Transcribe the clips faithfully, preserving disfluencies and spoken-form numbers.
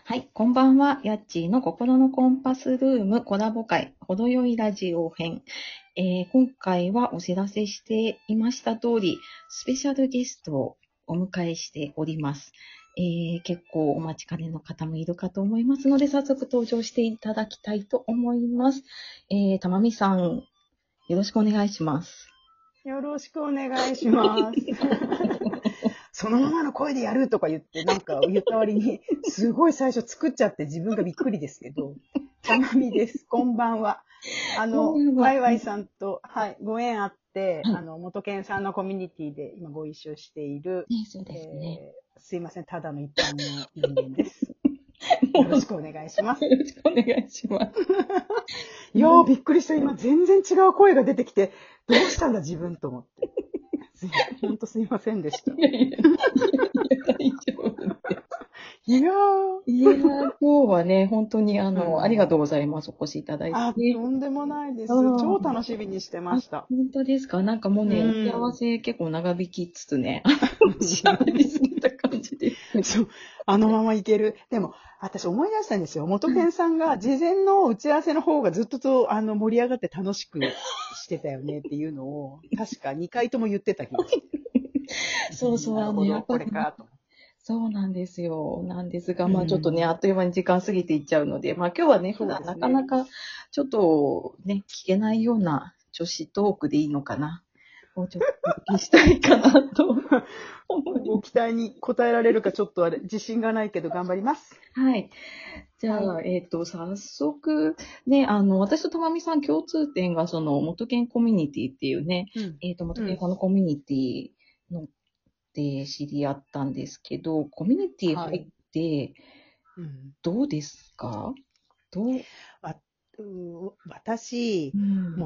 はい、こんばんは。やっちーの心のコンパスルームコラボ会、ほどよいラジオ編。えー今回はお知らせしていました通り、スペシャルゲストをお迎えしております。えー結構お待ちかねの方もいるかと思いますので、早速登場していただきたいと思います。えー、たまみさん、よろしくお願いします。 よろしくお願いします。そのままの声でやるとか言って、なんか言った割に、すごい最初作っちゃって自分がびっくりですけど、たまみです。こんばんは。あの、ワイワイさんと、はい、ご縁あって、 はいあの、元健さんのコミュニティで今ご一緒している、 ね、そうですね。 えーすいません、ただの一般の人間です。よろしくお願いします。 よろしくお願いします。 いやー、びっくりした。今、全然違う声が出てきて、どうしたんだ、自分と思って。本当すいませんでした。 いやいやいや、大丈夫です。 いやー。 いやー、今日はね、本当にあの、 うんありがとうございます。お越しいただいて。 あ、とんでもないです。 うん超楽しみにしてまあ、 した。 本当ですか。なんかもうね、 うん打ち合わせ結構長引きつつね、喋りすぎた感じですそう、あのままいける。でも、私思い出したんですよ。元健さんが事前の打ち合わせの方がずっととあの盛り上がって楽しくしてたよねっていうのを、確かにかいとも言ってた気がして。 そうそう、 なるほど、 あの、やっぱこりれかと。 そうなんですよ。なんですが、 うんまあちょっとね、あっという間に時間過ぎていっちゃうので、まあ今日はね、普段なそうですねかなかちょっとね、聞けないような女子トークでいいのかな。もうちょっとお聞きしたいかなと思います。 ご期待に応えられるかちょっとあれ、自信がないけど頑張ります。 はい。じゃあ、 はえっと、早速、ね、あの、私とたまみさん共通点が、その、元研コミュニティっていうね、 うん。 えっと、元研うん。 さんのコミュニティので知り合ったんですけど、コミュニティ入はい。 ってうんどうですか？どう、 わう私、 うん。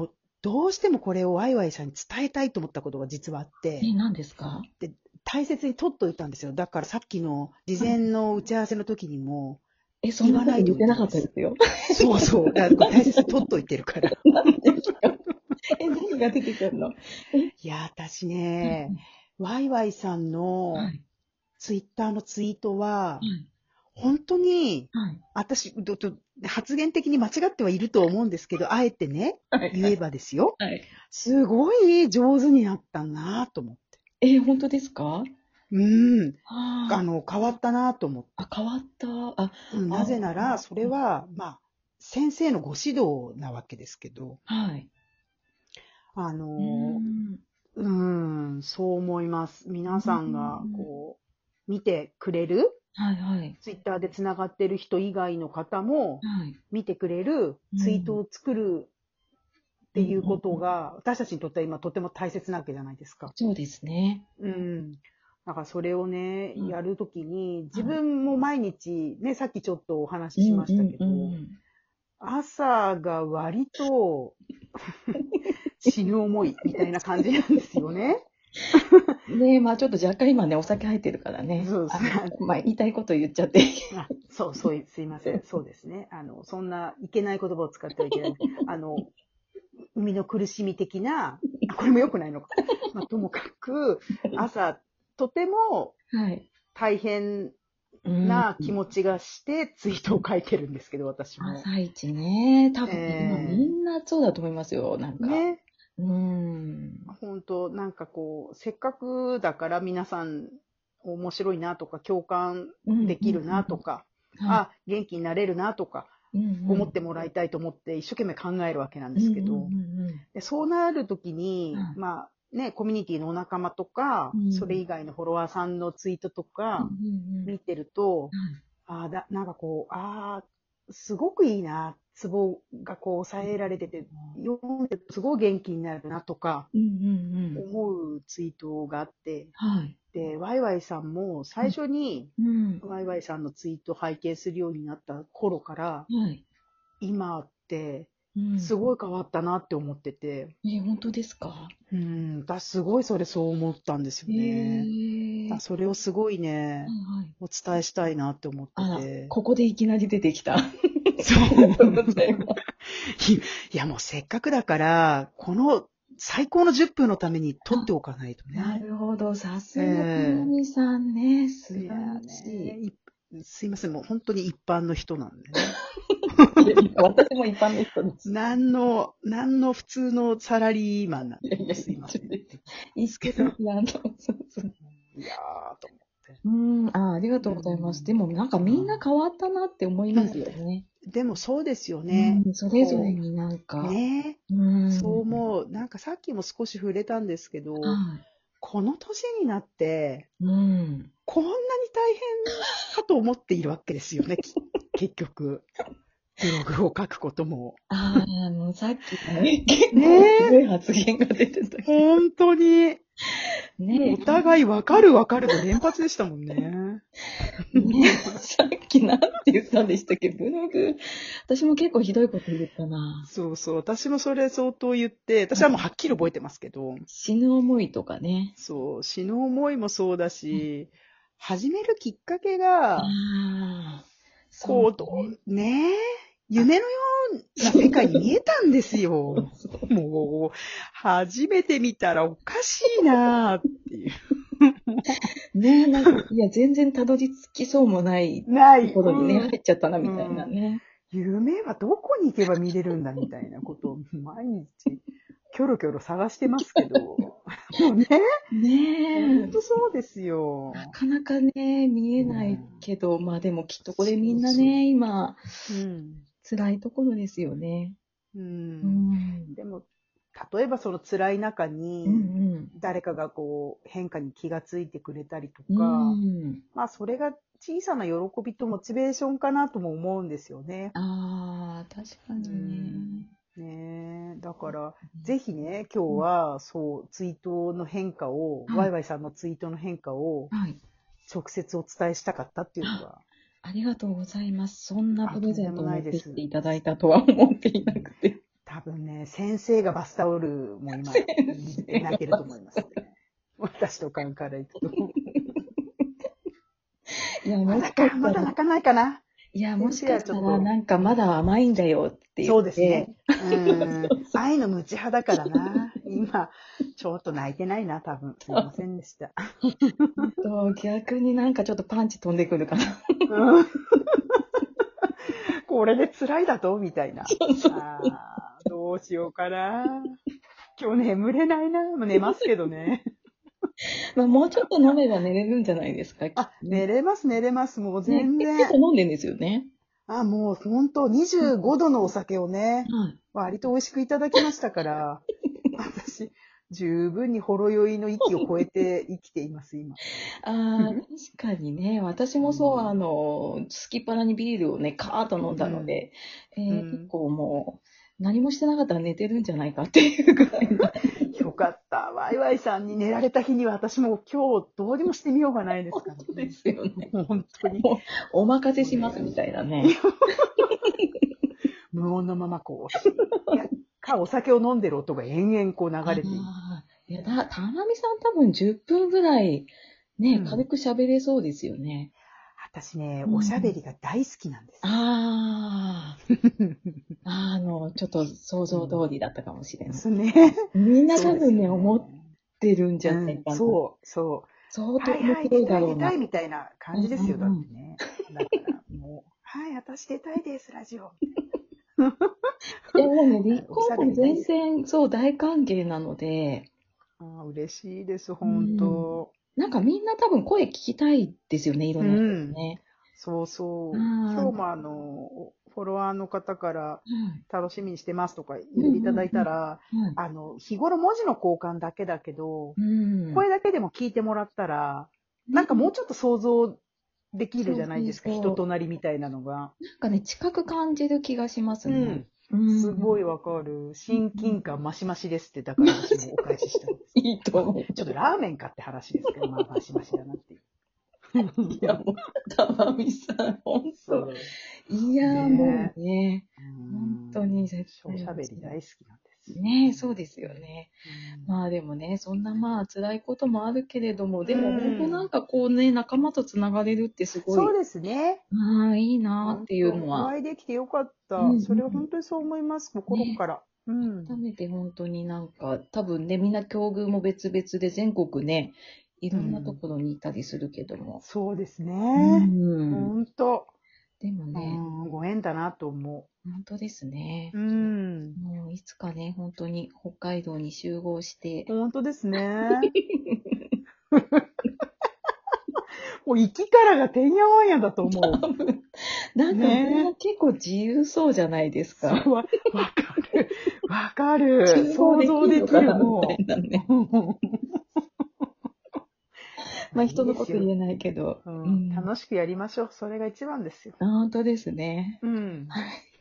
もうどうしてもこれをワイワイさんに伝えたいと思ったことが実はあっえ、 て、 何ですか？ で、大切に取っといたんですよ。だからさっきの事はい。 前の打ち合わせの時にもえ、そんな言わないでこと言ってなおいたんです。 かったですよ。 そうそう。だからこれ大切に取っといてるから。 何ですか？え、何が出てくるの？え、 いや、私ね、ワイワイさんのはい。 ツイッターのツイートは、 はい。 本当に、 はい。 私、どど発言的に間違ってはいると思うんですけど、あえてね、 はい。 言えばですよ。 はい。 すごい上手になったなと思って。 え、本当ですか？ うん。ああの、変わったなと思って。 あ、あ、変わった。あ、 うんなあ、 ぜなら、それは、まあ、先生のご指導なわけですけど、 はい。 あうーの、 ん。 うん、そう思います。 うー皆さんが、 ん。 こう、見てくれる、 はいはい。 ツイッターでつながってる人以外の方も、 はい。 見てくれるツイートうん。 を作るっていうこうんうんうん。 とが、私たちにとっては今とても大切なわけじゃないですか。 そうですね。 うん。だからそれをね、 うん。 やるときに、自はい。 分も毎日、ね、さっきちょっとお話うししましたんうんうけど、 ん。 朝が割と死ぬ思いみたいな感じなんですよね。 ねえ、まあちょっと若干今ね、お酒入ってるからね。 そうです。 あの、まあ言いたいこと言っちゃって。 あそう、そう、すいません。そうですね。あの、そんないけない言葉を使ってはいけない。あの、生みの苦しみ的な、あこれも良くないのか。まあ、ともかく、朝、とてもはい。 大変うん。 な気持ちがしてツイートを書いてるんですけど、私も。 朝一ね。多分、まあみえんなそうだと思いますよ。なんー、 か。 ね、 うーん。 本当なんかこう、せっかくだから皆さん面白いなとか、共感うんうんできるなとか、 うん。はい。 あ、元気になれるなとか、 うんうん。 思ってもらいたいと思って一生懸命考えるわけなんでうんうんすけど、 うんでそうなるときうん。 に、 はい。 まあね、コミュニティのお仲間とか、 うん。 それ以外のフォロワーさんのツイートとうんかうんうん。 見てると、 はい。 ああ、だ、なんかこう、ああ、すごくいいな、ツボがこう抑えられてて、読んでてすごい元気になるなとかうんうんうん。 思うツイートがあって、 はい。 で、ワイワイさんも最初にうん。 ワイワイさんのツイートを拝見するようになった頃から、 はい。 今ってうん。 すごい変わったなって思ってて、 え、本当ですか？ うん、私すごいそれそう思ったんですよえね。 えー。 だそれをすごいね、 はいはい。 お伝えしたいなって思ってあら、 て。 ここでいきなり出てきた。あそりがとうごう。 ざいます。 いやもうせっかくだから、この最高のじゅっぷんのために撮っておかないとなね。 るほど。さすが、ともえみさんね。素晴えいやらしい。 ね、いすいません、もう本当に一般の人なんでね。 私も一般の人です。 何の、何の普通のサラリーマンなんいやいやで、すいません。 一緒です。あの、そうそう。 いやー、と思って。 うん、あ、ありがとうございます。でもなんかみんな変わったなって思いますよね。 でもそうですようね。 ん、それぞれになんこう、 か、 ねうそうん、 思う。なんかさっきも少し触れたんですけど、 はこの年になって、 い、うん。 こんなに大変かと思っているわけですよね、き結局。ブログを書くことも。 ああ、あの、さっきもね、結ね構すごえ、 い発言が出てたけ本当に。 ど、 もうおね、 互いわかるわかるの連発でしたもんね。 ね、さっきなんて言ったんでしたっけ、ブログ。私も結構ひどいこと言ったな。 そうそう。私もそれ相当言って、私はもうはっきり覚えてますけど、 死ぬ思いとかね。 そう、死の思いもそうだし、始めるきっかけが、 ああ、そうこう、どね。 う、ねえ、 あ、 夢のような世界に見えたんですそうよ。 そう。 もう、初めて見たらおかしいなーっていう。 ね、なんか、いや、全然たどり着きそうもないない。 ところにね、 うん。 入っちゃったな、みたいなうん。 ね。 夢はどこに行けば見れるんだみたいなことを毎日、キョロキョロ探してますけど。もうね、ほねえ。 んとそうですよ。 なかなかね、見えうないん。 けど、まあでもきっとこれみそうそんなね、今、 う。うん。 辛いところですよね。 ううん。 ん。 でも、例えばその辛い中うんに、 うん。 誰かがこう変化に気がついてくれたりとうか、 ん。 まあそれが小さな喜びとモチベーションかなとも思うんですよね。 ああ、確かうにん。 ね。 ねえ。だから、ぜひね、今日うん、 は、そう、ツイートの変化を、 はい。 ワイワイさんのツイートの変化をはい。 直接お伝えしたかったっていうのあ、 が、 ありがとうございます。そんなあ、 プレゼントをとんでもな持ってきていです。 いただいたとは思っていなくて。 多分ね、先生がバスタオルも今、 先生が泣いてると思いますね。私と感からいくと。 いや、もしまだか、 かしたら、 まだ泣かないかな。 いや、も先生しかしたら、 はちょっと、 なんかまだ甘いんだよって言っそうですて、 ね。うん。愛の無知派だからな。今、ちょっと泣いてないな、多分。すいませんでした。 本当、逆になんかちょっとパンチ飛んでくるかな。 うん、これで辛いだとみたいな。 そうそう。 あーどうしようかな。今日眠れないな。もう寝ますけどね。 まあ、もうちょっと飲めば寝れるんじゃないですか、きっあ、 とね。 寝れます、寝れます。もうね、 全然。 結構飲んでんですよね。 あ、もう本当にじゅうごどのお酒をね、 はい。 割と美味しくいただきましたから、私、十分にほろ酔いの域を超えて生きています、今。 ああ、確かにね、私もそう、あうん。 の、すきっ腹にビールをね、カーッと飲んうん。 だので、えー結うん。 構もう、何もしてなかったら寝てるんじゃないかっていうぐらいの。 よかった。ワイワイさんに寝られた日には私も今日どうにもしてみようがないです本からね。 当ですよね。 本当に。 もう、お任せしますみたいなね。 無音のままこう、しいや、か、お酒を飲んでる音が延々こう流あれている。 あ、いや、だ、たまみさん多分じゅっぷんぐらい、ね、軽うん。 く喋れそうですよね。 私ね、 うおしゃべん。 りが大好きなんですよ。 ああ、あの、ちょっと想像通うん。 りだったかもしれない。 ですね。 みんなそうですよ多分ね、思っね。 てるんじゃないうん、 かな。 そう、そう。 相当はいはい、 面白出たいいだろうな。 出たいみたいなうん感じですよ、だうんうん。 ってね。だからもう、はい、私出たいです、ラジオ。 いや、もうね、立おしゃべ候補全り大好き。 然、そう、大歓迎なので、 あー嬉しいです、 う本ん。 当。 なんかみんな多分声聞きたいですよね、いろうんな人ん。 ね。 そうそう。 ああ、 今日もあの、フォロワーの方からはい。 楽しみにしてますとかうん言っていただいうんたら、 うん。はい。 あの、日頃文字の交換だけだけど、 うん。 声だけでも聞いてもらったら、なんかもね、 うちょっと想像できるそうそうじゃないですか、人とそう。 なりみたいなのが。 なんかね、近く感じる気がしますね。 うん。 うん。 すごいわかる。親近うん。 感マシマシですって、だから私もお返ししたんです。 いいとまあ、 思う。 ちょっとラーメンかって話ですけど、まあマシマシだなっていう。 いや、もう、たまみさん、ほんと。 そう。 いや、もねうね、 え。う本当にん。 絶対おしゃべり面白い。 大好きなんですよ。 ねえ、そうですよね。 うんまあでもね、そんなまあ辛いこともあるけれども、 うでも本当なんん。 かこうね、仲間とつながれるってすごい、 そうですね。 ああ、いいなっていう本当のは、 お会いできてよかっうんた。それはうん。 本当にそう思います。心ね、 から。うん。 改めて本当になんか、多分ね、みんな境遇も別々で全国ね、 いろんなところにいたりするけども。 そうですうね。 ん。 ほんと。うでもね、 ん、ご縁だなと思本当ですね。 う。うん。 もういつかね、本当に北海道に集合して、 ほんとですね。もう、生きからがてんやわんやだと思う。 多分なんかみんなね結構自由そうじゃないですそう、 か。 わ、わかる。わかる。 集合想できる像できる、 のかなみもたいなね。 う。 まあい人のいですよ。 こと言えないけど。 ううん。 ん、楽しくやりましょう。それが一番ですよ。 あ、本当ですね。 うん。 はい。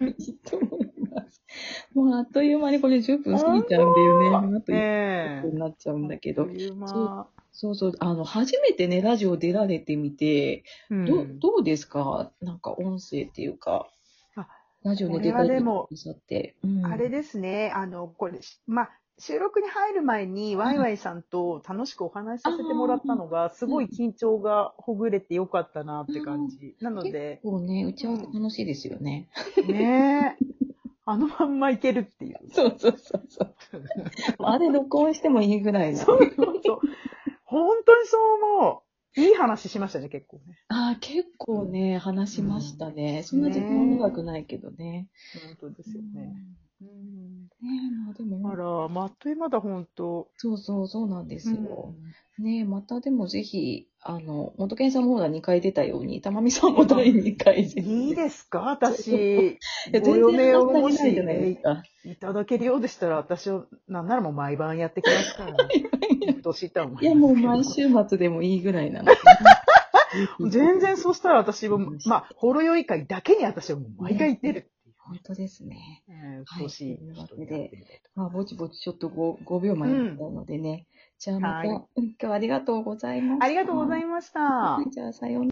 いいと思います。もうあっという間にこれじゅっぷん過ほんぎちゃうんだよね。あとといっええぷんになっちゃうんあっだけど。 というそう間。 そうそう。あの、初めてね、ラジオ出られてみて、ど、 うん。 どうですか？なんか音声っていうか、 あ、 ラジオにこれ出たいってくはでも、 ださって。うん。 あれですね。あの、これ、しまあ、収録に入る前に、ワイワイさんと楽しくお話しあさせてもらったのが、すあ、はい。 ごい緊張がほぐれてよかったなあって感じ。なあ、結ので、 構ね、打ち合わせうん。 楽しいですよね。 ねえ。あのまんまいけるっていう。 そうそうそうそう。あれ録音してもいいぐらいな。 そうそうそう。本当にそう思う。いい話しましたね、結構ね。 ああ、結構ね、話しましたね。そんな時間は長くねないけどね。 え。本当でうすよね。 ん。 うん。 ねえ、まあでも、 あら、まあ、あっという間だ、本当。 そうそう、そうなんでうすよ。 ん。 ねえ、またでもぜひ、あの、元健さんもほらにかい出たように、玉美さんもだあ、 いにかいぜひ。 いいですかそうそうそう。 私、 いや、 ご全然余命をも話足りないじゃし、 ないですえか。 ーいただけるようでしたら、私を、なんならもう毎晩やってきますからね。うっとうしいとは思いや、 いますけど。 もう毎週末でもいいぐらいなので、ね。ぜひぜ全然そうしたら私も、 ひ。 まあ、ほろ酔い会だけに私はもう毎回行ってるっていうね。 本当ですね。 えー、うっとはい。 うしいというわ人けで、 に会ってみたいとまあ、ぼちぼちちょっと ご, ごびょうまえだったのでね。じゃあまた、 思います。はい。 うん今日はありがとうございました。 ありがとうございました。 はい、じゃあさようなら。